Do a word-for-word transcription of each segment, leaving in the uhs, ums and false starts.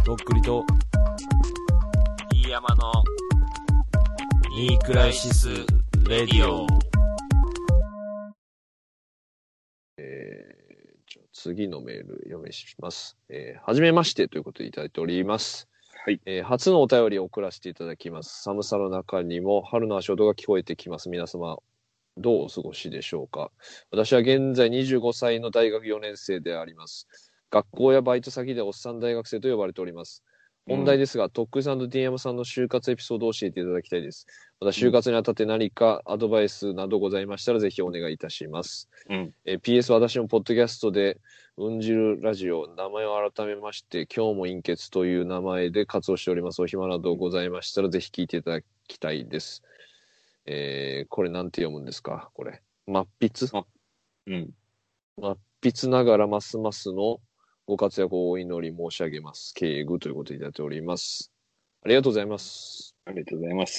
とっくりと飯山のニークライシスレディオ。 えー、じゃあ次のメール読みします。えー、はじめましてということでいただいております。 はい。 えー、初のお便りを送らせていただきます。寒さの中にも春の足音が聞こえてきます。皆様どうお過ごしでしょうか。私は現在にじゅうごさいの大学よねん生であります。学校やバイト先でおっさん大学生と呼ばれております。本題ですが、うん、とっくりさんと ディーエム さんの就活エピソードを教えていただきたいです。また就活にあたって何かアドバイスなどございましたらぜひお願いいたします。うん、え ピーエス 私もポッドキャストでうんじるラジオ、名前を改めまして今日も陰血という名前で活動しております。お暇などございましたらぜひ聞いていただきたいです。えー、これなんて読むんですかこれ。まっぴつうん。まっぴつながらますますのご活躍をお祈り申し上げます。敬具ということでいただいております。ありがとうございます。 ありがとうございます。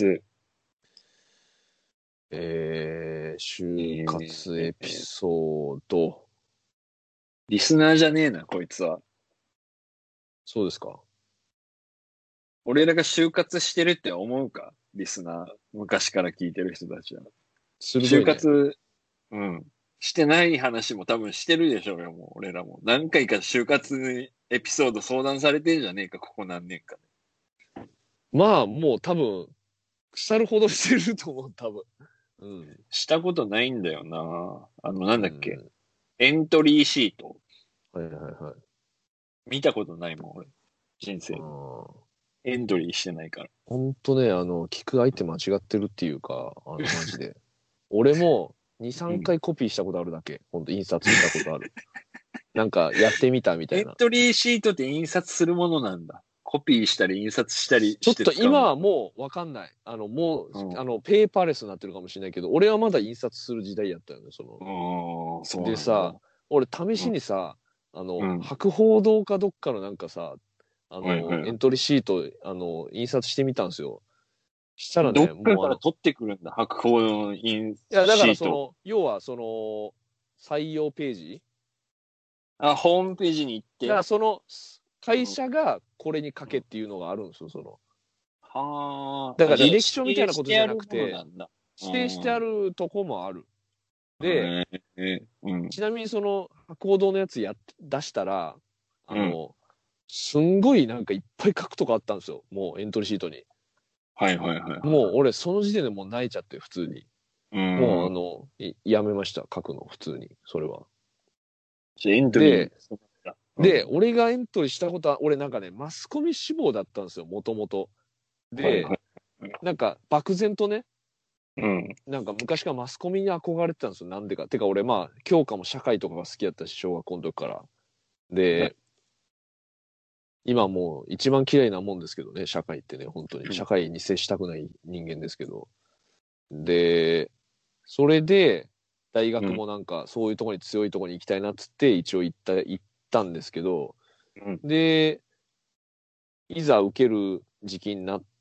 えー、就活エピソード、えー。 リスナーじゃねえな、こいつは。 そうですか。 俺らが就活してるって思うかリスナー。昔から聞いてる人たちは。 鋭いね。 就活、うん。してない話も多分してるでしょうよ、もう俺らも。何回か就活エピソード相談されてんじゃねえか、ここ何年かね。まあ、もう多分、腐るほどしてると思う、多分。 うん。したことないんだよな。あの、なんだっけ。うん、エントリーシート。 はいはいはい。 見たことないもん、俺。人生で。エントリーしてないから。 ほんとね、あの、聞く相手間違ってるっていうか、あの、マジで。俺も、に、さんかいコピーしたことあるだけ。うん、ほんと、印刷したことある。なんか、やってみたみたいな。 エントリーシートって印刷するものなんだ。コピーしたり、印刷したりして。ちょっと今はもうわかんない。あの、もう、うん、あの、ペーパーレスになってるかもしれないけど、俺はまだ印刷する時代やったよね、その。 そうでさ、俺、試しにさ、うん、あの、うん、博報堂かどっかのなんかさ、あの、はいはい、エントリーシート、あの、印刷してみたんですよ。したらね、 どっから取ってくるんだ、博報の印刷。いや、だからその、要はその、採用ページあ、ホームページに行って。 だからその、会社がこれに書けっていうのがあるんですよ、その。 はあ。 だから履歴書みたいなことじゃなくて、指定してあるとこもある。で、うん、ちなみにその、博報堂のやつや出したら、あの、うん、すんごいなんかいっぱい書くとこあったんですよ。もうエントリーシートに。 はいはいはい、はい。 もう俺その時点でもう泣いちゃって普通に。うん、もうあの、やめました。書くの普通に。それは。 エントリー。 で、うん、で、俺がエントリーしたことは、俺なんかね、マスコミ志望だったんですよ、もともと。で、はいはいはい、なんか漠然とね、うん、なんか昔からマスコミに憧れてたんですよ、なんでか。てか俺まあ、教科も社会とかが好きだったし、小学校の時から。で、今もう一番嫌いなもんですけどね、社会ってね、本当に。社会に接したくない人間ですけど。で、それで、大学もなんかそういうところに強いところに行きたいなっつって一応行った、行ったんですけど、うん、で、いざ受ける時期になって、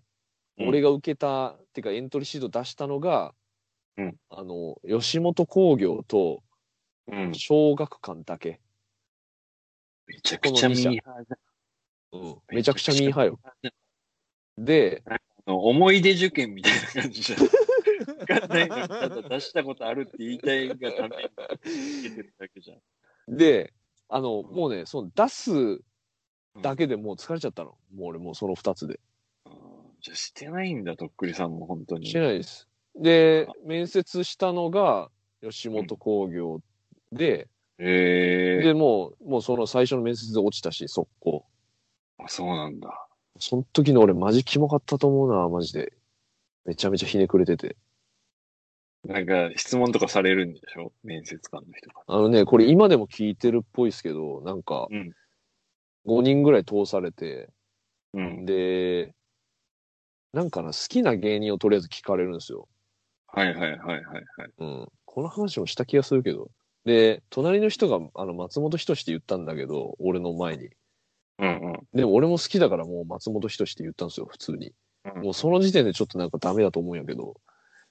うん、俺が受けた、っていうかエントリーシート出したのが、うん、あの、吉本興業と、小学館だけ。 めちゃくちゃミーハーだ。 うん、めちゃくちゃミーハーよ。で、 思い出受験みたいな感じじゃん。わかんないのにただ出したことあるって言いたいがために受けてるだけじゃん。 で、あの、もうね、その出すだけでもう疲れちゃったの。もう俺もうその二つで。 じゃあしてないんだ、とっくりさんも本当に。 してないです。で、面接したのが吉本興業で、 うん、えー、 で、もう、もうその最初の面接で落ちたし、速攻。 あ、そうなんだ。 その時の俺マジキモかったと思うな、マジで。めちゃめちゃひねくれてて。 なんか質問とかされるんでしょ面接官の人が。 あのね、これ今でも聞いてるっぽいですけど、なんか、ごにんぐらい通されて、うん、で、なんかな、好きな芸人をとりあえず聞かれるんですよ。 はいはいはいはいはい。 うん。この話もした気がするけど。で、隣の人が、あの、松本人志って言ったんだけど、俺の前に。うんうん。でも俺も好きだからもう松本人志って言ったんですよ、普通に。うん、もうその時点でちょっとなんかダメだと思うんやけど。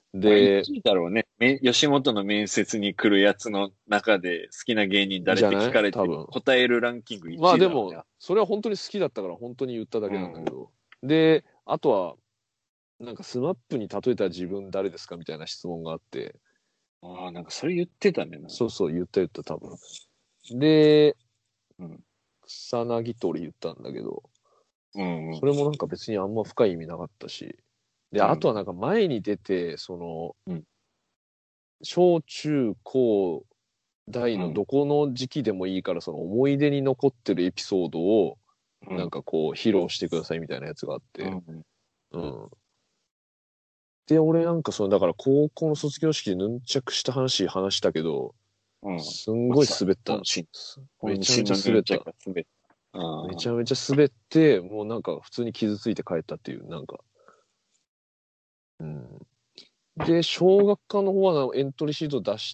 で、 聞いたろうね。め吉本の面接に来るやつの中で好きな芸人誰って聞かれてじゃない多分答えるランキングいちいまあでだろうね。 も、それは本当に好きだったから本当に言っただけなんだけど。で、あとは、なんかスマップに例えたら自分誰ですかみたいな質問があって、 ああ、なんかそれ言ってたね。 そうそう、言った言った多分。で、 うん。 草薙取り言ったんだけど、 うんうんそれもなんか別にあんま深い意味なかったし、で、 うんあとはなんか前に出て、その、 うん小中高大のどこの時期でもいいから、その思い出に残ってるエピソードを、 うんなんかこう、披露してくださいみたいなやつがあっうて、 んうん。で、俺なんかその、だから高校の卒業式でヌンチャクした話話したけど、 うん。 すんごい滑った本。心めちゃめちゃ滑った。 滑った。あめちゃめちゃ滑って、もうなんか普通に傷ついて帰ったっていう、なんか。うん。で、小学科の方はエントリーシート出して、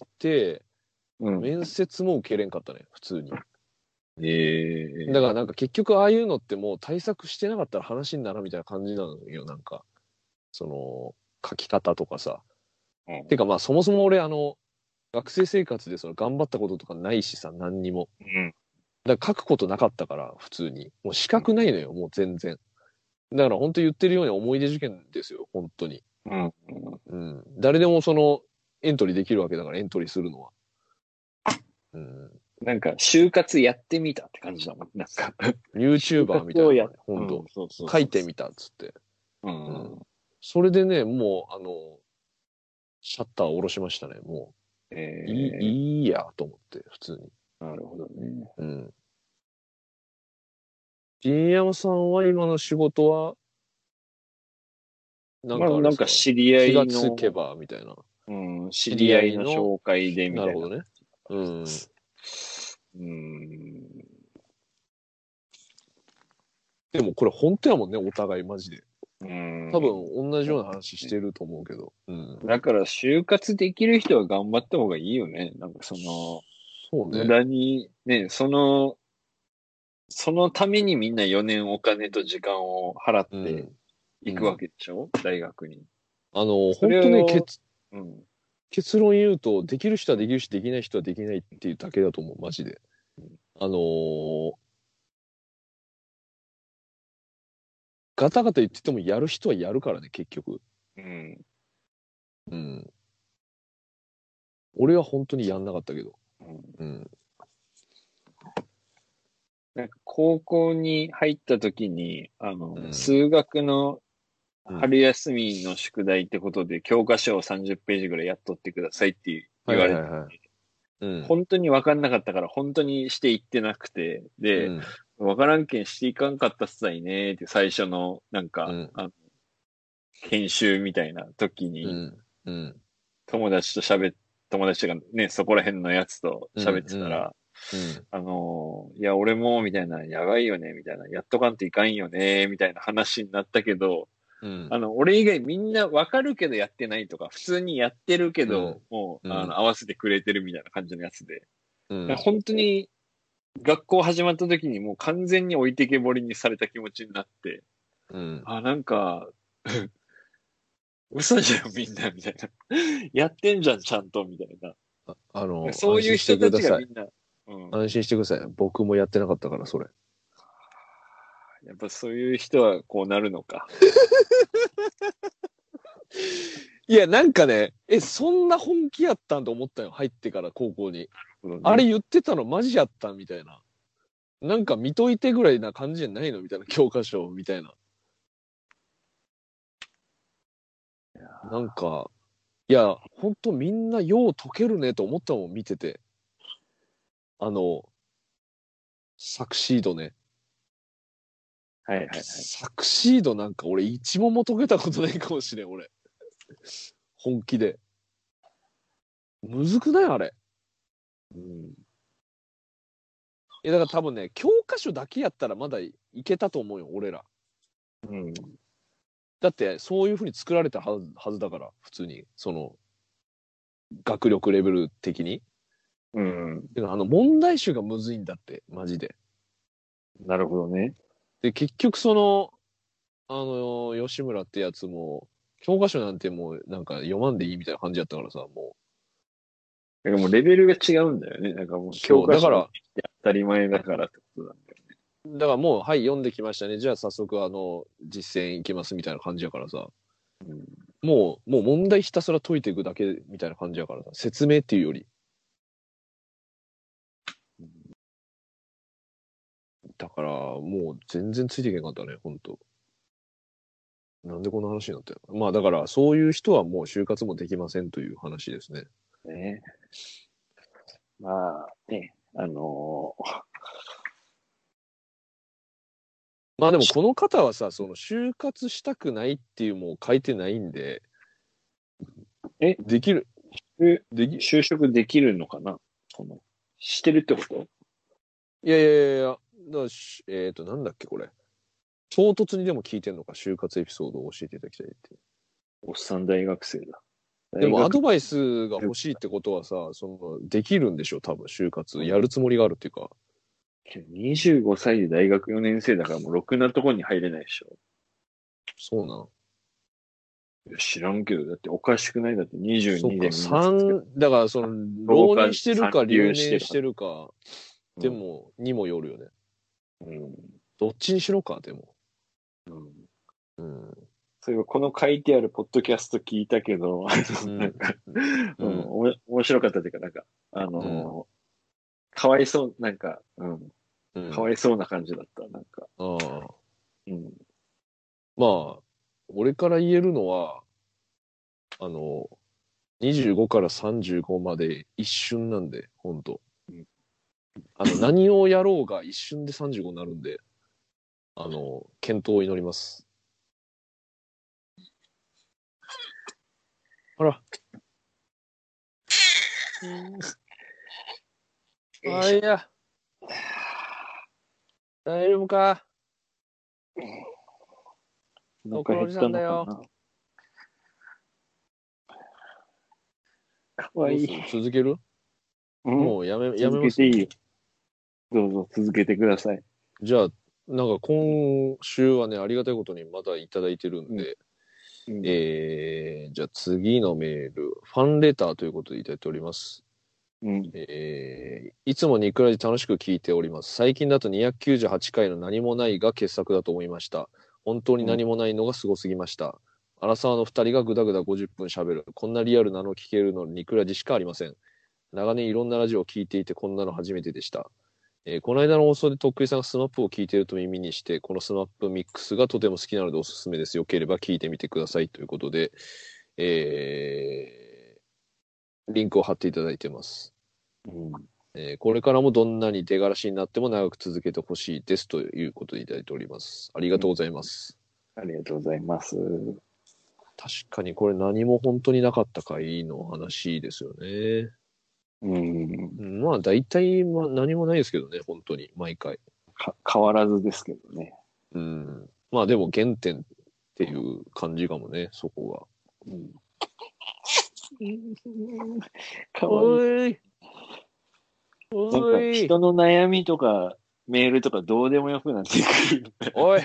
うん。 面接も受けれんかったね、普通に。 ええだからなんか結局ああいうのってもう対策してなかったら話にならんみたいな感じなのよ、なんか。その、書き方とかさ。 うんてかまあそもそも俺あの、学生生活でその頑張ったこととかないしさ、何にも。 うん。 だから書くことなかったから、普通に。もう資格ないのよ、もう全然。だから本当言ってるように思い出受験ですよ、本当に。 うん。 うん。誰でもその、エントリーできるわけだから、エントリーするのは。うん。 なんか、就活やってみたって感じだもん。なんか、 YouTuber みたいな、本当、 うんそうそうそう書いてみたっつって。 うん。 うんそれでね、もう、あの、シャッター下ろしましたね、もえう。いい、 ー、 いいや、と思って、普通に。 なるほどね。 うん。新山さんは今の仕事は、なんまあ、なんかかあれですか、 知り合気がいの、 つけば、みたいな。 うん、知り合いの紹介でみたいな。 なるほどね。うん。 うん。 でもこれ本当やもんね、お互いマジで。 うん。 多分同じような話してると思うけど。うん。 だから、就活できる人は頑張った方がいいよね。なんかその、 そうね。 無駄に、ね、その、そのためにみんなよねんお金と時間を払っうてん。 いくわけでしょ、大学に。 あの、 それ本当ね、 を結、 うん。 結論言うと、できる人はできるし、できない人はできないっていうだけだと思う、マジで。あのーガタガタ言っててもやる人はやるからね、結局。 うん。 うん。俺は本当にやんなかったけど。 うんうん。 なんか高校に入った時に、あの、 うん数学のうん春休みの宿題ってことで、教科書をさんじゅっページぐらいやっとってくださいって言われて、 はいはいはいはい。うん。 本当に分かんなかったから本当にしていってなくて、で、 うん。 分からんけんしていかんかったっすいねって最初のなんか、 うんあの研修みたいな時に、 うん。うん。 友達と喋っ、友達がね、そこら辺のやつと喋ってたら、 うん。 あのーいや、俺も、みたいな、やばいよね、みたいな、やっとかんといかんよね、みたいな話になったけど、 うん。 あの、俺以外みんなわかるけどやってないとか、普通にやってるけど、 うんもう、 うんあの、合わせてくれてるみたいな感じのやつで。 うん。 本当に、学校始まった時にもう完全に置いてけぼりにされた気持ちになって、 うん。 あ、なんか、嘘じゃん、みんな、みたいな。やってんじゃん、ちゃんと、みたいな。 ああの、 そういう安心して人たください。 ちがみんな、うん。 安心してください。僕もやってなかったから、それ。 やっぱそういう人はこうなるのか。 いや、なんかね、え、そんな本気やったんと思ったよ。入ってから高校に。あれ言ってたのマジやったんみたいな。なんか見といてぐらいな感じじゃないのみたいな、教科書みたいな。なんか、いや、ほんとみんなよう解けるねと思ったもん、見てて。あの、サクシードね。 はいはいはい。 サクシードなんか俺一問も解けたことないかもしれん、俺。本気で。むずくないあれ。 うん。 いや、だから多分ね、教科書だけやったらまだいけたと思うよ、俺ら。 うん。 だって、そういう風に作られたはずはずだから、普通に。その、学力レベル的に。 うん。 てかあの、問題集がむずいんだって、マジで。 なるほどね。 で、結局その、あの、吉村ってやつも、 教科書なんてもうなんか読まんでいいみたいな感じやったからさ、もだからもうレベルが違うんだよね。なんかもうう。 教科書だから、 当たり前だからってことなんだよね。 だからもう、はい、読んできましたね。じゃあ早速、あの、実践いきますみたいな感じやからさ。 うん、 もう、もう問題ひたすら解いていくだけみたいな感じやからさ。説明っていうより。だから、もう全然ついていけんかったね、ほんと。なんでこんな話になったの？まあだから、そういう人はもう就活もできませんという話ですね。 ね。まあね、あのーまあでもこの方はさ、その就活したくないっていうもう書いてないんで、 えできる、 えでき、 就職できるのかなその、してるってこと？ いやいやいやいや、だからしえっと、なんだっけこれ。唐突にでも聞いてんのか、就活エピソードを教えていただきたいって。 おっさん大学生だ。 で大学、 もアドバイスが欲しいってことはさ、その、できるんでしょ、多分就活。やるつもりがあるっていうか。 にじゅうごさいで大学よねん生だからもうろくなとこに入れないでしょ。 そうなん。 いや知らんけど、だっておかしくない？だって22 そっか、 でみんな卒業。 三、だからその、浪人してるか留年してるか、でも、にもよるよね。 うん。 どっちにしろか、でも。 うん。 うん。 そういえば、この書いてあるポッドキャスト聞いたけど、あの、 うんなんか、 ううんん、おも面白かったっていうか、なんか、あのーかわいそう、なんか、うん、 うん。 かわいそうな感じだった、なんか。 ああ。 うん。 まあ、俺から言えるのは、あの、にじゅうごからさんじゅうごまで一瞬なんで、ほんと。 うんあの、何をやろうが一瞬でさんじゅうごになるんで、あの、健闘を祈ります。あら。あ、いや、大丈夫か？ お腹減ったのかな。かわいい。 どうする？続ける？ うん、 もうやめ、やめます？ 続けていいよ。どうぞ続けてください。 じゃあ、なんか今週はね、ありがたいことにまだいただいてるんで、 うん、 えー、じゃあ次のメール、ファンレターということでいただいております。 うん、 えー、いつもニクラジ楽しく聞いております。最近だとにひゃくきゅうじゅうはちかいの何もないが傑作だと思いました。本当に何もないのがすごすぎました。荒沢のふたりがぐだぐだごじゅっぷん喋る。こんなリアルなの聞けるのニクラジしかありません。長年いろんなラジオを聞いていてこんなの初めてでした。えーこの間の放送でとっくりさんがスマップを聞いていると耳にして、このスマップミックスがとても好きなのでおすすめです。よければ聞いてみてくださいということで、えー、リンクを貼っていただいてます。 うん。 えーこれからもどんなに出がらしになっても長く続けてほしいですということでいただいております。ありがとうございます。 ありがとうございます。 確かにこれ何も本当になかった回の話ですよね。 うん。 うんまあ大体、まあ、何もないですけどね、本当に、毎回。 か変わらずですけどね。 うん。まあでも原点っていう感じかもね、そこが。 うん。かわいい。 い。 なんか人の悩みとかメールとかどうでもよくなってくる。 おい。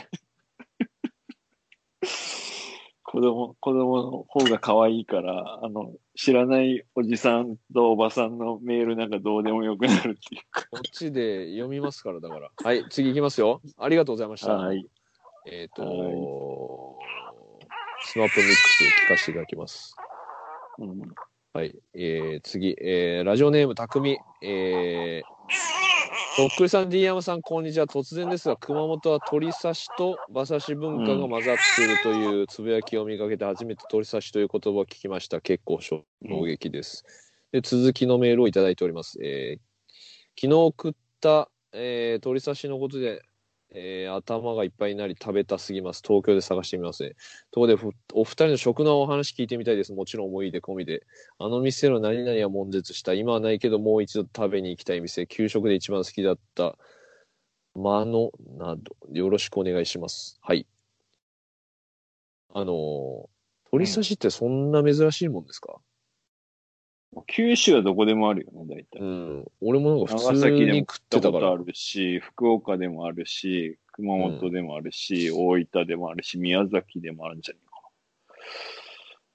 子供、子供の方が可愛いから、あの、知らないおじさんとおばさんのメールなんかどうでもよくなるっていうか。 こっちで読みますから、だから。はい、次行きますよ。ありがとうございました。 はい。 えっ、とはスマップミックス聞かせていただきます。 うん。 はい。えー、次、えー、ラジオネームたくみ。えー、とっくりさん、D 山さん、こんにちは。突然ですが、熊本は鳥刺しと馬刺し文化が混ざっているというつぶやきを見かけて、初めて鳥刺しという言葉を聞きました。結構衝撃です。で、続きのメールをいただいております。えー、昨日食った、えー、鳥刺しのことで、えー、頭がいっぱいになり食べたすぎます。東京で探してみますね。ところで、お二人の食のお話聞いてみたいです。もちろん思い出込みで。あの店の何々は悶絶した。今はないけど、もう一度食べに行きたい店。給食で一番好きだったマノなど、よろしくお願いします。はい。あのー、鳥刺しってそんな珍しいもんですか？ 九州はどこでもあるよね、大体。 うん。俺もなんか普長通に崎でも食っ食ったてたから。 ことあるし、福岡でもあるし、熊本でもあるし、大分でもあるし、宮崎でもあるんじゃないか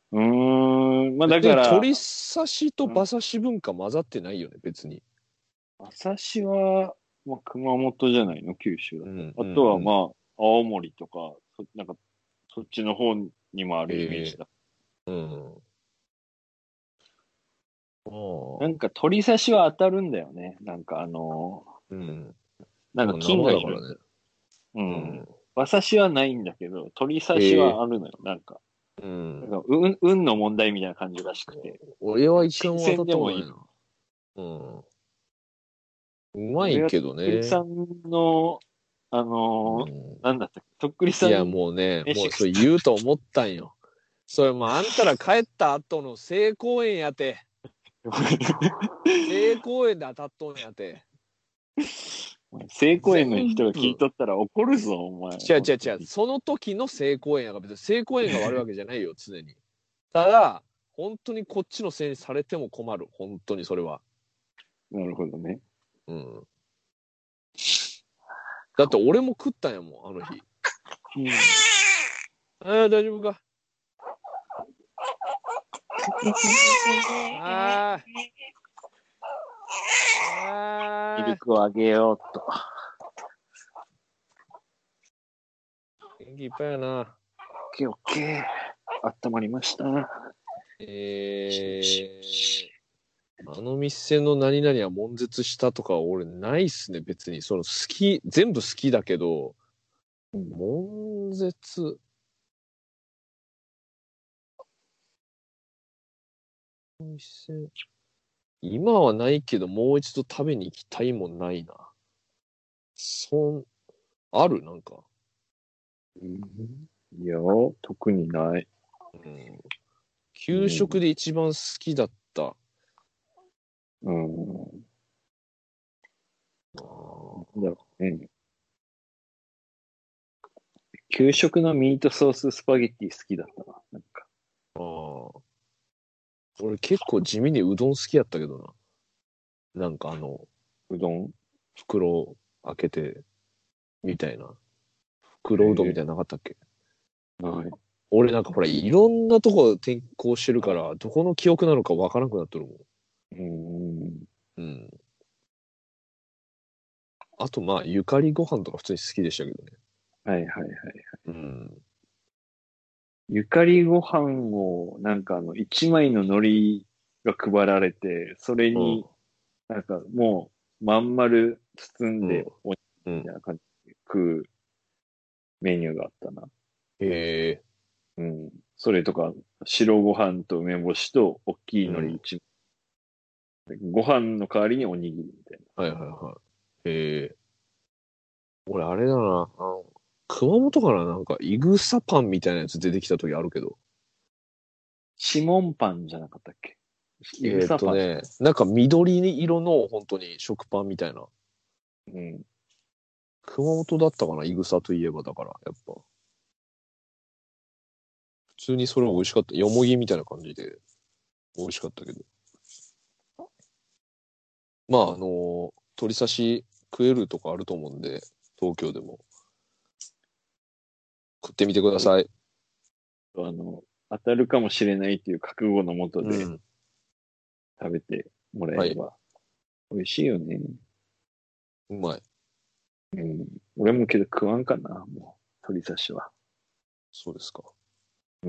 うーん、まあだで、 から、 鳥刺しと馬刺し文化混ざってないよね、別に。 馬刺しは、まあ、熊本じゃないの、九州だと。 うんあとはうんうんまあ、青森とか、そ、なんか、そっちの方にもあるイメージえだ。 えうん。ああ、 なんか鳥刺しは当たるんだよね。なんかあのうん。 ーなんまあ、 か菌生がいる。 だからね。 うん。 うん。 馬刺しはないんだけど、鳥刺しええはあるのよ。なんか、 うん。 なんか運、運の問題みたいな感じらしくて。 俺は一回新も当たっ鮮でもいい。 たことないな。うん。うまい俺はとっけどね。 くりさんの、あのーうん。 なんだったっけ、とっくりいや、 さん、 もうね、もうそれ飯食った。 言うと思ったんよ。それもうあんたら帰った後の成公園やて。成公園で当たっとんやて。 成功園の全人が聞い部。 とったら怒るぞ、お前。 違う違う違う。 本当に。 その時の成公園やから別に成公園が悪いわけじゃないよ、常に。ただ、本当にこっちのせいにされても困る。本当にそれは。 なるほどね。 うん。だって俺も食ったんやもん、あの日。 うん、 ああ、大丈夫か。ああ、ああ、 ミルクをあげようと。 元気いっぱいやな。 オッケーオッケー。温まりました。 えー、あの店の何々は悶絶したとか俺ないっすね、別に。その好き、全部好きだけど、悶絶。店今はないけど、もう一度食べに行きたいもんないな。そん、あるなんか。 うん、いや、特にない。 うん。給食で一番好きだった。 うん。なんあーだろうね。給食のミートソーススパゲッティ好きだったな。なんか。 あー。俺結構地味にうどん好きやったけどな。なんかあの、 うどん。 袋開けて、みたいな。袋うどんみたいなのなかったっけ？ はい。 俺なんかほら、いろんなとこ転校してるから、どこの記憶なのかわからなくなってるもん。 うん。 うん。あとまあ、ゆかりご飯とか普通に好きでしたけどね。 はいはいはい。 うん。 ゆかりご飯を、なんかあの、一枚の海苔が配られて、それうん。 になんかもう、まん丸包んで、 うん。 おにうんみたいな感じで食うメニューがあったな。 へえ。 うん。それとか、白ご飯と梅干しと、大きいうん。 海苔一枚。ご飯の代わりにおにぎりみたいな。 はいはいはい。へえ。俺あれだな。あの、熊本からなんか、いぐさパンみたいなやつ出てきた時あるけど。 シモンパンじゃなかったっけ？いぐえーっさパン。 とね、なんか緑色の本当に食パンみたいな。 うん。 熊本だったかな、いぐさといえばだから、やっぱ。普通にそれ美味しかった。よもぎみたいな感じで美味しかったけど。まあ、あのー鶏刺し食えるとこあると思うんで、東京でも。食ってみてください。 あの、当たるかもしれないっていう覚悟のもとでうん。 食べてもらはい。 えれば。美味しいよね。 うまい。 うん。俺もけど食わんかな、もう。鶏刺しは。 そうですか。 うん。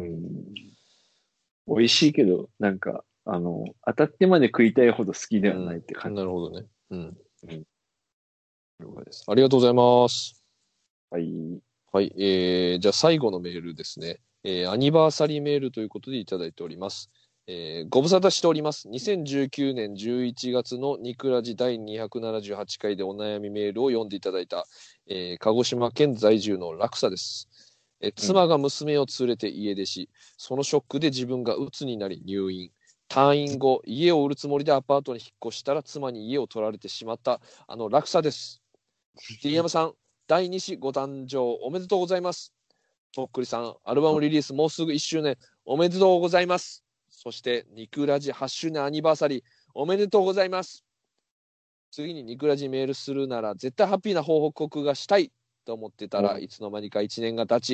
美味しいけど、なんか、あの、当たってまで食いたいほど好きではないっうん。 て感じ。 なるほどね。うん。 うん。 了解です。ありがとうございます。 はい。 はい。えー、じゃあ最後のメールですね。えー、アニバーサリーメールということでいただいております。えーご無沙汰しております。にせんじゅうきゅうねんじゅういちがつのニクラジ第にひゃくななじゅうはちかいでお悩みメールを読んでいただいた、えー鹿児島県在住の落差です。えーうん。 妻が娘を連れて家出し、そのショックで自分が鬱になり入院。退院後、家を売るつもりでアパートに引っ越したら妻に家を取られてしまったあの落差です。T 山さん、第二子ご誕生おめでとうございます。とっくりさん、アルバムリリースもうすぐいっしゅうねんおめでとうございます。そして、ニクラジはちしゅうねんアニバーサリーおめでとうございます。次にニクラジメールするなら絶対ハッピーな報告がしたいと思ってたら、 うん。 いつの間にかいちねんが経ち、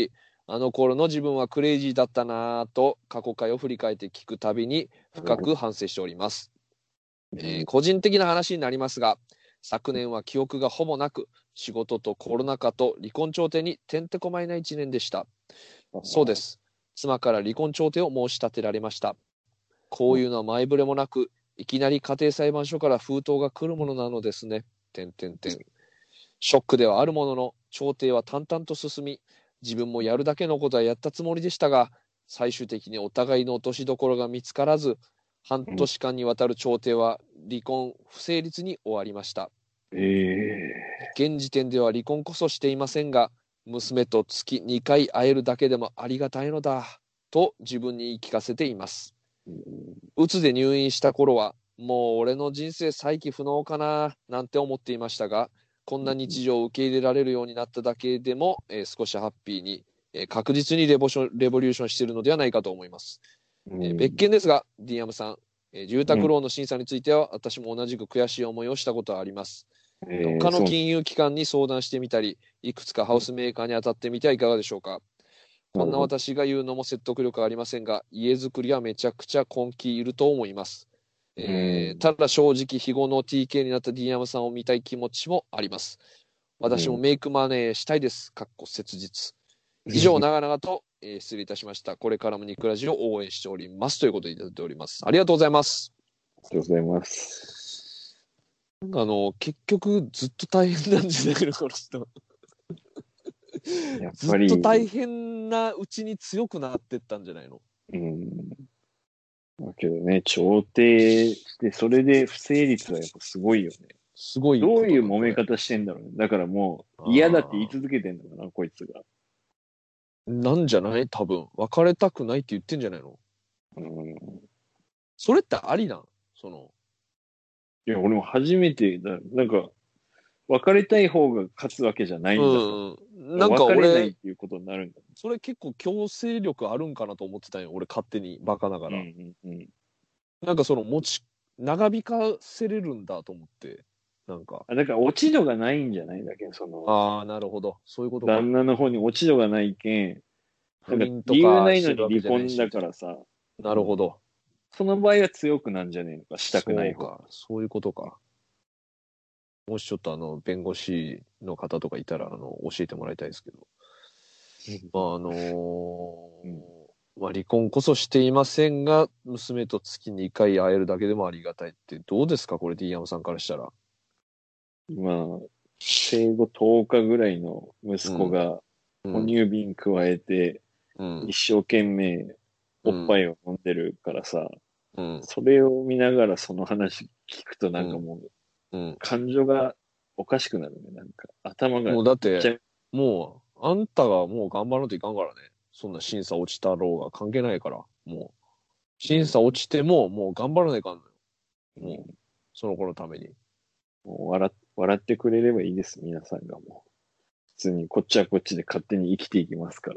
あの頃の自分はクレイジーだったなぁと過去回を振り返って聞くたびに深く反省しております。えー個人的な話になりますが、昨年は記憶がほぼなく、仕事とコロナ禍と離婚調停にてんてこまいな一年でした。そうです。妻から離婚調停を申し立てられました。こういうのは前触れもなく、いきなり家庭裁判所から封筒が来るものなのですね。てんてんてん。ショックではあるものの、調停は淡々と進み、自分もやるだけのことはやったつもりでしたが、最終的にお互いの落としどころが見つからず、半年間にわたる調停は離婚不成立に終わりました。 ええ現時点では離婚こそしていませんが、娘と月にかい会えるだけでもありがたいのだ、と自分に言い聞かせています。うつで入院した頃は、もう俺の人生再起不能かな、なんて思っていましたが、こんな日常を受け入れられるようになっただけでも、えー少しハッピーに、えー確実にレボションレボリューションしているのではないかと思います。えー別件ですが、ディアムさん、えー住宅ローンの審査については、私も同じく悔しい思いをしたことはあります。 え他の金融機関に相談してみたり、いくつかハウスメーカーに当たってみてはいかがでしょうか。こんな私が言うのも説得力ありませんが、家づくりはめちゃくちゃ根気いると思います。えーただ正直、非業の ティーケー になったディアムさんを見たい気持ちもあります。私もメイクマネーしたいです。かっこ切実。以上、長々と、えー失礼いたしました。これからもニクラジを応援しております。ということでいただいております。ありがとうございます。 ありがとうございます。 あの、結局、ずっと大変なんじゃないの、この人。 やっぱりずっと大変なうちに強くなってったんじゃないの。 うん。だけどね、調停して、それで不成立はやっぱすごいよね。 すごいことだ。 どういう揉め方してんだろうね。だからもう嫌だって言い続けてんだろうな、こいつが。 なんじゃない多分。別れたくないって言ってんじゃないの。 うん。 それってありなんその。 いや、俺も初めてだ、なんか、別れたい方が勝つわけじゃないんだと。 うん。なんか別れない俺っ、ていうことになるんだ。 それ結構強制力あるんかなと思ってたんよ。俺勝手にバカながら。 うんうんうん。 なんかその持ち、長引かせれるんだと思って。なんか。 あ、だから落ち度がないんじゃないだけど、その、 ああ、なるほど。そういうことか。 旦那の方に落ち度がないけん、なんか不倫と理由かないのに離してるわけじゃない婚し。 だからさ、 なるほど。 その場合は強くなんじゃねえのか、したくない方。 そうか。そういうことか。もしちょっとあの、弁護士の方とかいたら、あの、教えてもらいたいですけど。まあ、あのーうんまあ、離婚こそしていませんが、娘と月にかい会えるだけでもありがたいって、どうですかこれ、ディーアムさんからしたら。 今、生後とおかぐらいの息子がうん。 哺乳瓶加えて、 うん。 一生懸命おっぱいを飲んでるからさ、 うん。 それを見ながらその話聞くとなんかもう、 うん。 感情がおかしくなるね。なんか、頭がもうだってめっちゃ、、 もう、あんたがもう頑張らないといかんからね。そんな審査落ちたろうが関係ないから。もう、審査落ちても、もう頑張らないかんのよ。もう、その子のために。 もう笑っ笑ってくれればいいです、皆さんがもう。普通にこっちはこっちで勝手に生きていきますから。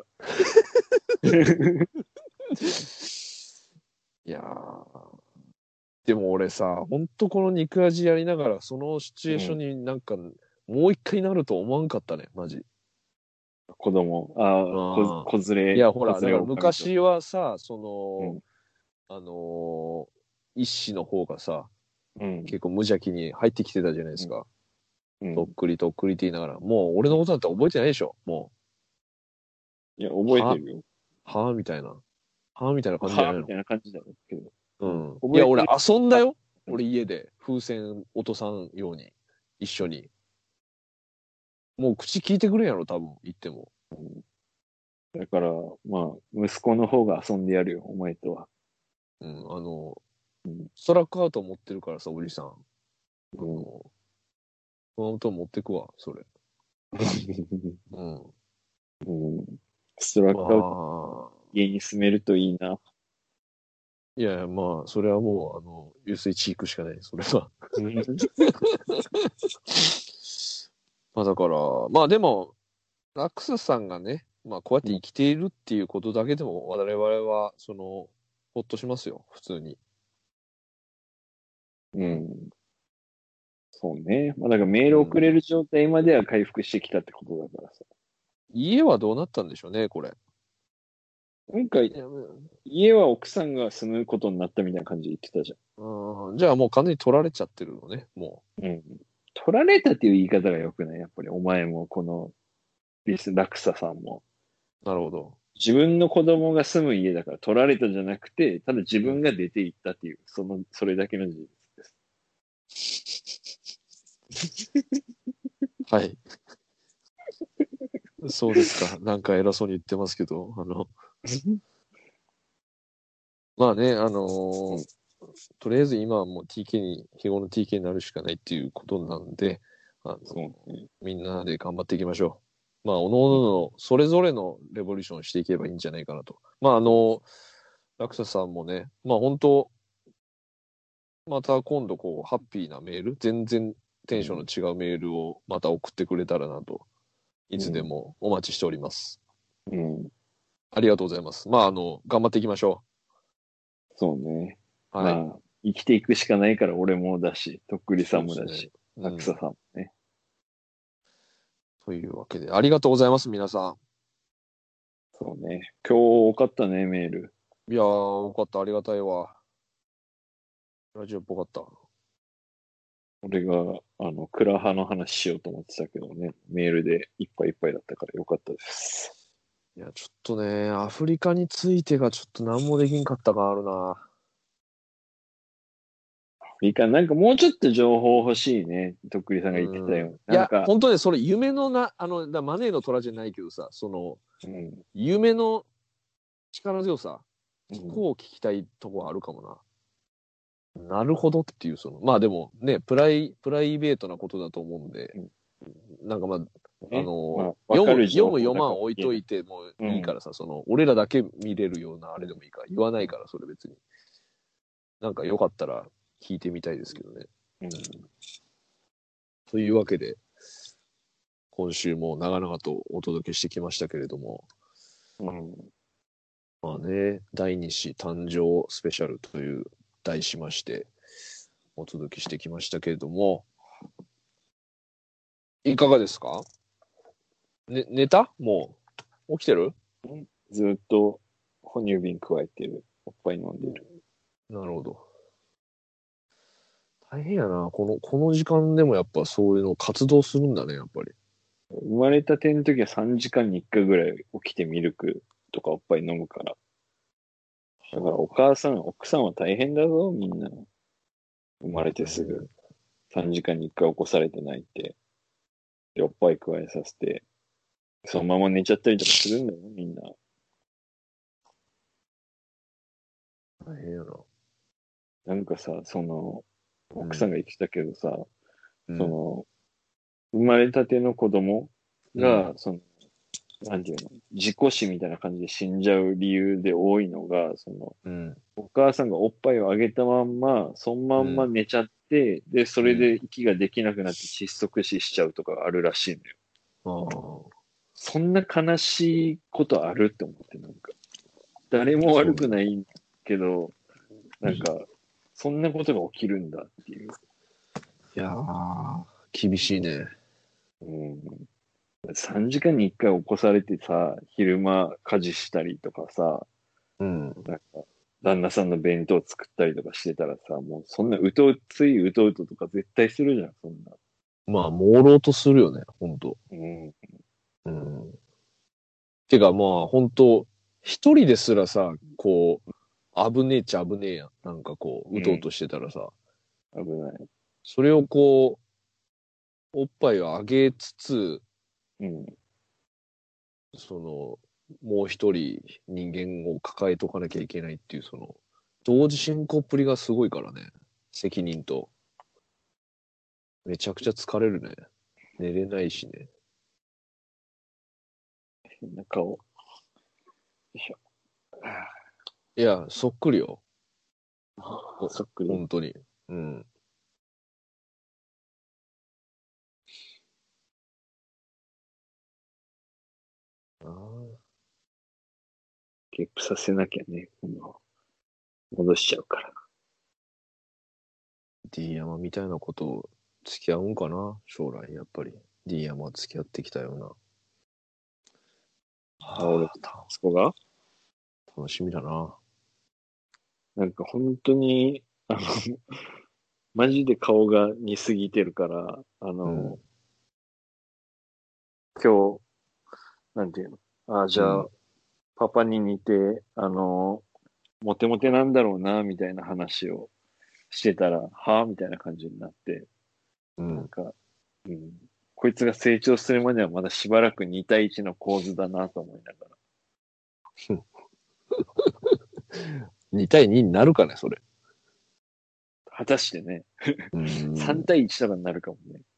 いやー。でも俺さ、ほんとこの肉味やりながら、そのシチュエーションになんか、もう一回なると思わんかったね、マジ。 子供、ああ、 あ子子連れ。 いや、ほら、だから子連れ狼と昔はさ、その、 うんあのー一子の方がさ、 うん。 結構無邪気に入ってきてたじゃないですか。 うんとっくりとっくりって言いながら、もう俺のことだって覚えてないでしょ、もいや、覚えてるよ。 う。はぁみたいな。はぁみたいな感じじゃないのはあみたいな感じだろうけど。 うん。 覚えてるいや、俺遊んだよ。 うん俺家で風船落とさんように。一緒に。もう口聞いてくれんやろ、多分、言っても。 だから、まあ、息子の方が遊んでやるよ、お前とは。 うん、あの、 うんストラックアウト持ってるからさ、おじさん。あうんの、熊本持ってくわ、それ。うん。 うん、ストラックアウトまあ、 家に住めるといいな。 いやいや、まあ、それはもう、あの、油水チークしかない、それは。まあ、だから、まあでも、ラクサさんがね、まあ、こうやって生きているっていうことだけでも、我々は、その、ほっとしますよ、普通に。 うん。そうね。まあ、だからメール送れる状態までは回復してきたってことだからさ。 家はどうなったんでしょうね、これ。 なんか、 いや家は奥さんが住むことになったみたいな感じで言ってたじうんじゃあもう完全に取られちゃってるのね、もゃん。うん。取られたっていう言い方が良くない？やっぱりお前もこのリス・ラクサさんも。 う。なるほど。 自分の子供が住む家だから取られたじゃなくて、ただ自うん、 分が出て行ったっていう、その、それだけの事実です。 はい。そうですか。なんか偉そうに言ってますけど、あの、まあね、あのーうんとりあえず今はもう ティーケー に、日頃の ティーケー になるしかないっていうことなんで、あの、 そうね。 みんなで頑張っていきましょう。まあ、おのおのの、それぞれのレボリューションをしていけばいいんじゃないかなと。まあ、あの、ラクサさんもね、まあ本当、また今度こう、ハッピーなメール、全然テンションの違うメールをまた送ってくれたらなと、いつでもお待ちしております。 うん。うん。 ありがとうございます。まあ、あの、頑張っていきましょそうね。 う。はい。 まあ、生きていくしかないから俺もだし、とっくりさそうですね。 んもだし、 うん。 アクサさんもね。 というわけで、ありがとうございます、皆さそうね。今日多かったね、メール。 ん。いやー、よかった、ありがたいわ。ラジオっぽかった。 俺が、あの、クラハの話しようと思ってたけどね、メールでいっぱいいっぱいだったからよかったです。 いや、ちょっとね、アフリカについてがちょっと何もできんかった感あるな。 いいか、なんかもうちょっと情報欲しいね。とっくりさんが言ってたよ。 うん。いや、 なんか、 本当ね、それ夢のな、あの、だマネーの虎じゃないけどさ、その、 うん、 夢の力強さ、 うん、 こう聞きたいとこあるかもな。なるほどっていう、その、まあでもね、プライ、プライベートなことだと思うんで、 うん。 なんかまあ、あね。まの、 あ、わか読む、 る情読む読報だからまん置いと言えない。 いてもうん、 いいからさ、その、俺らだけ見れるようなあれでもいいから、言わないから、それ別に。なんかよかったら聞いてみたいですけどね。 うん、 というわけで、今週も長々とお届けしてきましたけれども、 うん。 まあね、第二子誕生スペシャルという題しまして、お届けしてきましたけれども、いかがですか？ね、寝たもう、起きてる？ ずっと哺乳瓶加えてる。おっぱい飲んでる。 なるほど。大変やな。この、この時間でもやっぱそういうの活動するんだね、やっぱり。 生まれたての時はさんじかんにいっかいぐらい起きてミルクとかおっぱい飲むから。だからお母さん、奥さんは大変だぞ、みんな。生まれてすぐ。さんじかんにいっかい起こされて泣いて。で、おっぱい加えさせて。そのまま寝ちゃったりとかするんだよ、みんな。 大変やな。 なんかさ、その、奥さんうん。 が言ってたけどさ、 うん。 その、生まれたての子供うん。 が、その、なんていうの、事故死みたいな感じで死んじゃう理由で多いのが、その、 うん。 お母さんがおっぱいをあげたまんま、そのまんまうん。 寝ちゃって、で、それうん。 で息ができなくなって窒息死しちゃうとかあるらしいんだよ。 ああ、 そんな悲しいことあるって思って、なんか。誰も悪そうね。 くないけど、なんか、そんなことが起きるんだっていう。 いやー、厳しいね。 うん、さんじかんにいっかい起こされてさ、昼間家事したりとかさ、 うん。 なんか、旦那さんの弁当作ったりとかしてたらさ、もうそんなうとうついうとうととか絶対するじゃん、そんな。 まあ、朦朧とするよね、ほんと。 うん。 うん。てかまあ、ほんと、一人ですらさ、こう、危ねえっちゃ危ねえやん。なんかこう、 うん。 うとうとしてたらさ、 危ない。 それをこう、おっぱいをあげつつ、 うん。 その、もう一人人間を抱えとかなきゃいけないっていう、その、同時進行っぷりがすごいからね。責任と。めちゃくちゃ疲れるね。寝れないしね。 変な顔。よいしょ。あいや、そっくりよ。 ーそっくり。 本当に。うん。ああ、 ゲップさせなきゃね。もう戻しちゃうから。 D 山みたいなことを付き合うんかな将来、やっぱり。D 山は付き合ってきたような。 あ、俺、 はあ、 息子が楽しみだな。 なんか本当に、あの、マジで顔が似すぎてるから、あの、 うん、 今日、なんていうの、あ、じゃあ、 うんパパに似て、あの、モテモテなんだろうな、みたいな話をしてたら、はぁみたいな感じになって、 うん、 なんか、うん、こいつが成長するまではまだしばらくに対いちの構図だなと思いながら。 に対にになるかね、それ。 果たしてね、 うさんん。 対いちとかになるかもね。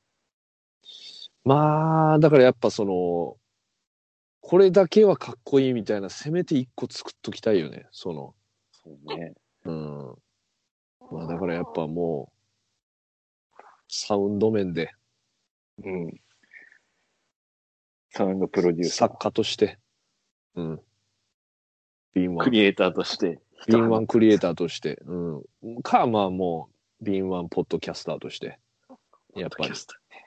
まあ、だからやっぱその、これだけはかっこいいみたいな、せめて一個作っときたいよね、その。 そうね。 うん。まあだからやっぱもう、サウンド面で、 うん。サウンドプロデューサー、 作家として、うん。敏腕、 クリエイターとして、 敏腕クリエイターとして、うん。か、まあもう、敏腕ポッドキャスターとして、やっぱり。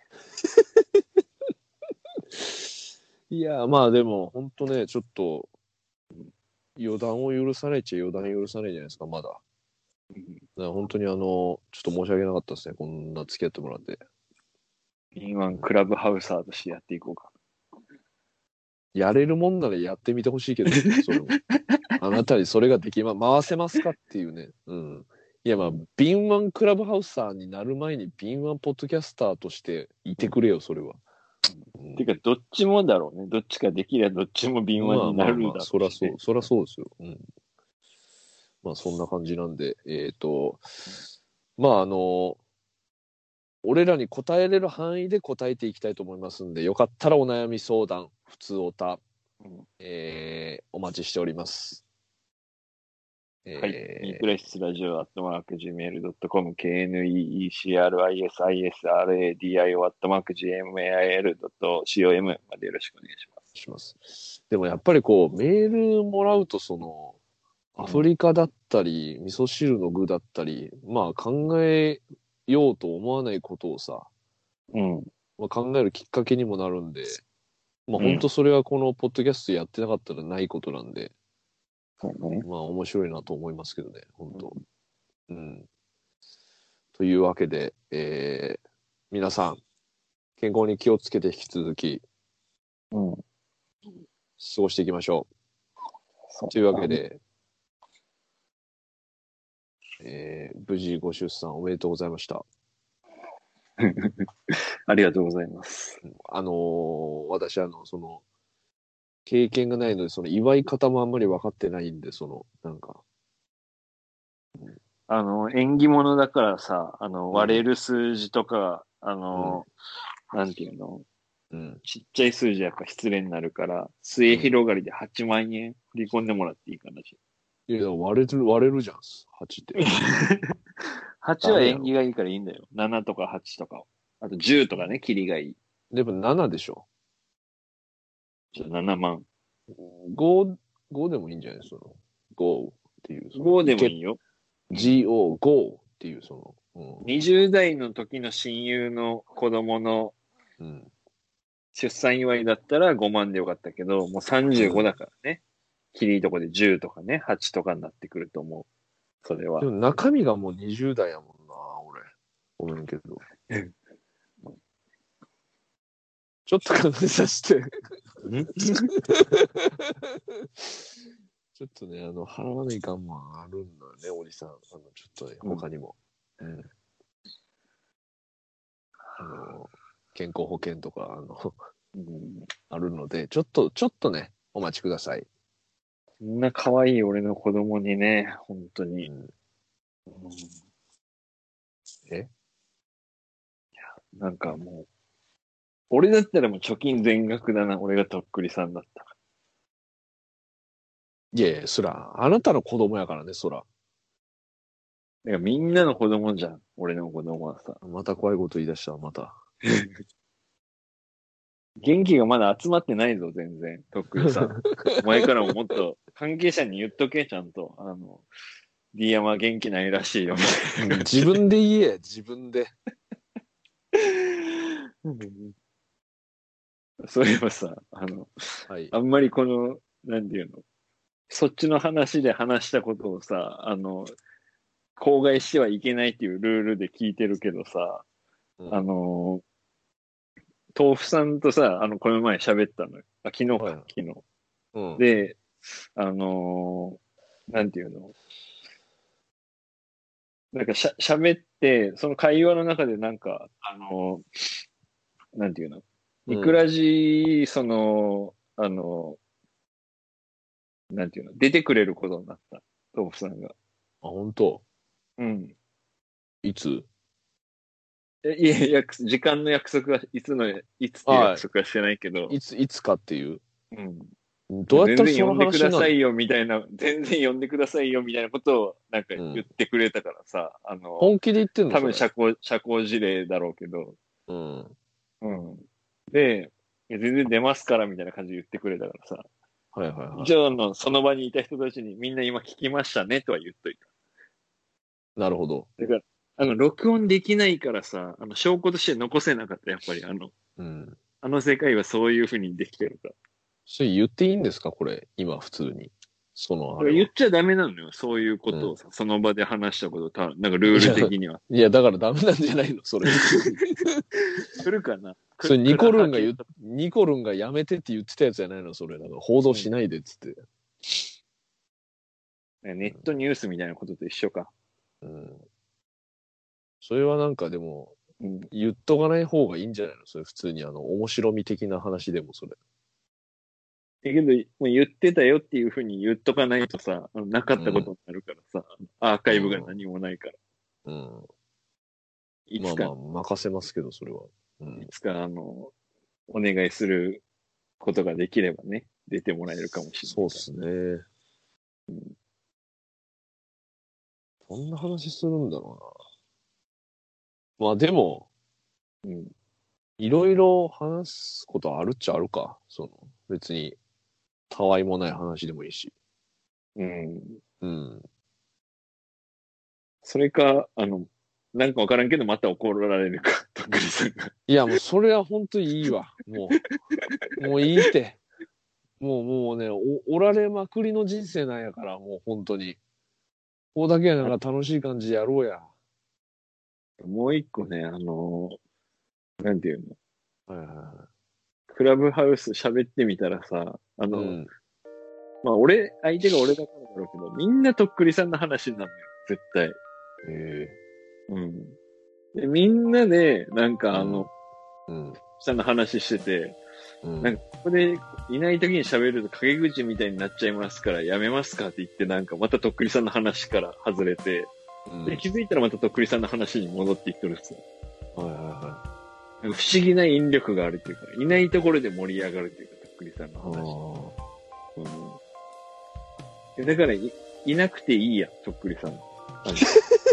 いや、まあでも、ほんとね、ちょっと、予断を許さないっちゃ予断許さないじゃないですか、まだ。だから本当にあの、ちょっと申し訳なかったですね、こんな付き合ってもらって。 敏腕クラブハウサーとしてやっていこうか。 やれるもんならやってみてほしいけど、それも。あなたにそれができま、回せますかっていうね。うん。いやまあ、敏腕クラブハウサーになる前に敏腕ポッドキャスターとしていてくれよ、それは。うん、 てか、どっちもだろうね。どっちかできればどっちも敏腕まあになまあまあ、 るだろうし、ね。 そらそう、そらそうですよ。うん。まあそんな感じなんで、えっと、まああの、俺らに答えれる範囲で答えていきたいと思いますんで、よかったらお悩み相談、普通おた、 うん、 えー、お待ちしております。 はい。ニーえクライシスラジオアットマーク ジーメールドットコム、ケーエヌイーイーシーアールアイエスアイエスアールエーディーアイオー アットマーク ジーエムエーアイエルドットコム までよろしくお願いします。 ー、します。でもやっぱりこう、メールもらうと、その、アフリカだったり、味噌汁の具だったり、まあ考えようと思わないことをさ、 うん。 まあ、考えるきっかけにもなるんで、まあうん。 本当それはこのポッドキャストやってなかったらないことなんで、 そうね。 まあ面白いなと思いますけどね、本当。うん。というわけで、えー、皆さん、健康に気をつけて引き続きうん。 過ごしていきましょそうう。というわけで、えー、無事ご出産おめでとうございました。 ありがとうございます。 あのー私、あの、その、経験がないので、その祝い方もあんまり分かってないんで、その、なんか、 あの、縁起物だからさ、あの、 うん割れる数字とか、あうん、 の、なんていうの、 うん、 ちっちゃい数字はやっぱ失礼になるから、末広がりではちまん円振り込んでもらっていいかな。 いや、割れる、割れるじゃん、はちって。 はちダメやろ。 は縁起がいいからいいんだよ。ななとかはちとか。あとじゅうとかね、キリがいい。 でもななでしょ。 じゃあななまん。 ご、ごでもいいんじゃないその、ごっていう、その、 ごでいけ、 もいいよ。 ジーオー、ごっていう、その、 にじゅう代の時の親友の子供のうん、うん。 出産祝いだったらごまんでよかったけど、もうさんじゅうごだからね。キリいいとこでじゅうとかね、はちとかになってくると思う。それは。 でも中身がもうにじゅう代やもんな、俺。ごめんけど。ちょっと考えさせて。ちょっとね、あの、払わないかんもんあるんだよね、おじさん。あの、ちょっとね、他にも。うん。あの、健康保険とか、あの、 うん、 あるので、ちょっと、ちょっとね、お待ちください。 こんな可愛い俺の子供にね、本当に。 うん、 うん、 えなんかもう、俺だったらもう貯金全額だな、俺がとっくりさんだったら。 いやいや、そら、あなたの子供やからね、そら。 だからみんなの子供じゃん、俺の子供はさ。 また怖いこと言い出したわ、また。 元気がまだ集まってないぞ、全然。とっくりさん。お前からももっと関係者に言っとけ、ちゃんと。あの、D 山元気ないらしいよ、みたいな。 自分で言え、自分で。 そういえばさ、あの、 はい。 あんまりこの、なんていうの、 そっちの話で話したことをさ、あの、口外してはいけないっていうルールで聞いてるけどさ、 うんあの、豆腐さんとさ、あの、この前喋ったのよ。あ、昨日か、 はい昨日。 うん。 で、あのーなんていうのなんかしゃ、喋って、その会話の中でなんか、あのーなんていうのうんいくらじ、その、あのーなんていうの出てくれることになった。豆腐さんが。 あ、本当。 うん。 いつ？ えいや、約時間の約束は、いつの、いつっていう約束はしてないけど、 いつ、いつかっていう。 うん。 どうやったらその全然呼んでく話になる？ ださいよ、みたいな、全然呼んでくださいよ、みたいなことを、なんかうん言ってくれたからさ、あの、 本気で言ってんの？ 多分それ。 社交、社交辞令だろうけど、 うん。 うん。で、いや全然出ますから、みたいな感じで言ってくれたからさ、 はいはいはい。 一応あの、その場にいた人たちにみんな今聞きましたね、とは言っといなるほど。 た。だから、あの、録音できないからさ、あの、証拠として残せなかった、やっぱり、あの、 うん。 あの世界はそういう風にできてるから。 それ言っていいんですかこれ、今普通に。そのあれは。 言っちゃダメなのよ、そういうことをさ、その場で話したことた、なんかルール的には。 いや、だからダメなんじゃないのそれ。 来るかなそれニコルンが言うう、ニコルンがやめてって言ってたやつじゃないのそれ。だから報道しないでっつって。 ネットニュースみたいなことと一緒か。 うん。それはなんかでも、 うん。 言っとかない方がいいんじゃないのそれ普通にあの、面白み的な話でもそれ。 だけど、もう言ってたよっていうふうに言っとかないとさ、あのなかったことになるからさ、アーカイブが何もないから。 うん。 いつか、 まあまあ、任せますけど、それは。うんい。つか、あの、お願いすることができればね、出てもらえるかもしれない。 そうっすね。どんな話するんだろうな。まあでも、 うん。 いろいろ話すことあるっちゃあるか。その、別に、たわいもない話でもいいし。 うん。 うん。 それか、あの、なんかわからんけど、また怒られるか、とっくりさんが。 いや、もうそれは本当にいいわ。もう、もういいって。もう、もうね、お、おられまくりの人生なんやから、もう本当に。ここだけはなんか楽しい感じでやろうや。 もう一個ね、あの、なんていうの、 はいはいはクラブハウス喋ってみたらさ、あい。 の、 うん。 まあ俺、相手が俺だからだろうけど、みんなとっくりさんの話になるのよ、絶対。 えうん。で、みんなで、なんかあの、 えうん。 さんの話してて、 うん。 なんかここでいない時に喋ると陰口みたいになっちゃいますからやめますかって言ってなんかまたとっくりさんの話から外れて、 うん、 で、気づいたらまたとっくりさんの話に戻っていくるんですよ。 はいはいはなんか不思議な引力があるっていうか、いないところで盛り上がるっていうか、とっくりさんのい。 話。 あうん、だからい、いなくていいや、とっくりさん。あの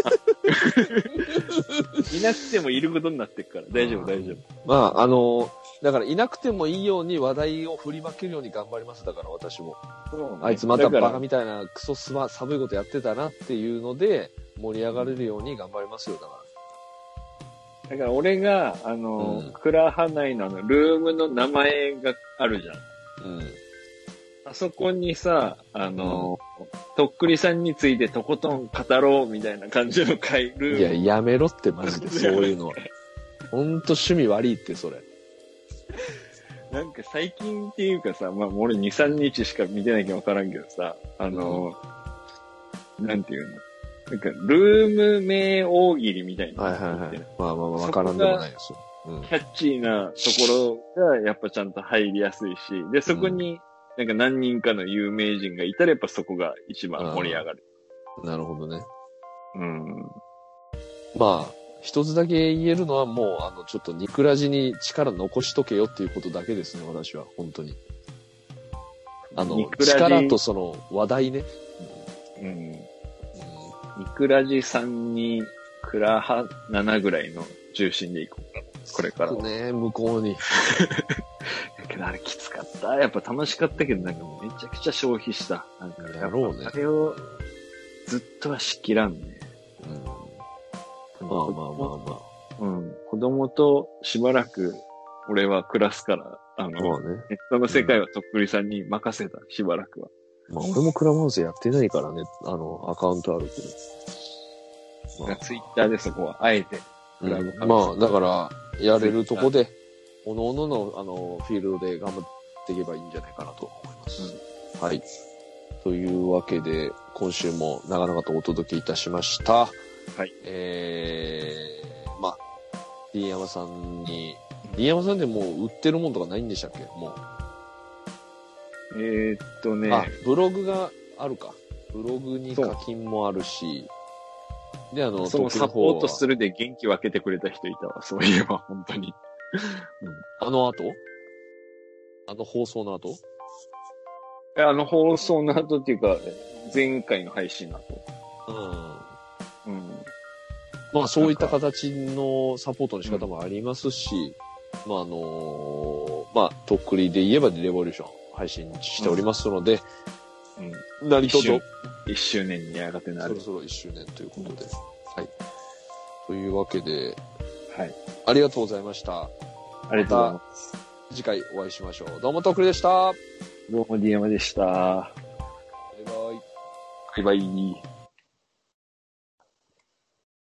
いなくてもいることになってるから、大丈夫、大丈夫。 まあ、あの、だからいなくてもいいように話題を振りまけるように頑張ります。だから私も。あいつまたバカみたいなクソすま寒いことやってたなっていうので盛り上がれるように頑張りますよ。だかだから俺が、あの、 うんクラハ内のあの、ルームの名前があるじゃん。 ら。うん。 あそこにさ、あの、とっくりさんについてとことん語ろうみたいな感じの回、ルいや、 ーム。 やめろってマジで、そういうのは。ほんと趣味悪いって、それ。 なんか最近っていうかさ、まあ俺に、さんにちしか見てないけどわからんけどさ、あの、なんていうのなんか、ルーム名大喜利みたいな。 はいはいはい。まあまあまあ、わからんでもないですよ。うん。 キャッチーなところがやっぱちゃんと入りやすいし、で、そこになんか何人かの有名人がいたらやっぱそこが一番盛り上がる。 なるほどね。 うん。 まあ、一つだけ言えるのはもう、あの、ちょっとニクラジに力残しとけよっていうことだけですね、私は。本当に。あのニ、クラジ力とその話題ね。 うん。ニクラジさんにクラハななぐらいの重心でいこうかな。これからは。 ね、向こうに。 だけどあれきつかった。やっぱ楽しかったけど、なんかめちゃくちゃ消費した。なんかやろうねあれをずっとはしきらんね。 うん。まあまあまあまうん。子供としばらく俺は暮らすから、ああ。 の、 まあね。 ネットの世界はとっくりさんに任せた、しばらくは。 まあ俺もクラブハウスやってないからね、あの、アカウントあるけど。まあ、 ツイッターでそこは、あえて。クラブハウスうん、まあ、だから、やれるとこで、おのおのの、あの、フィールドで頑張っていけばいいんじゃないかなと思います。うん、はい。というわけで、今週も長々とお届けいたしました。 はい。 えー、まあ、D 山さんに、D 山さんでもう売ってるもんとかないんでしたっけ？もう。えー、っとね。 あ、ブログがあるか。ブログに課金もあるし、で、あの、 そのサポートするで元気分けてくれた人いたわ。そういえば、本当に。 うん、あの後あの放送の後あの放送の後っていうか、前回の配信の後。うん。うん。 まあそういった形のサポートの仕方もありますし、うん、まああのー、まあ、とっくりで言えばレボリューション配信しておりますので、うん。何とぞ。 いっしゅうねんにやがてなる。 そろそろいっしゅうねんということで。はい。というわけで、 はい。 ありがとうございました。 ありがとうございます。 次回お会いしましょう。どうもとっくりでした。 どうも ディーエム でした。ババイバイ。 バイバイ。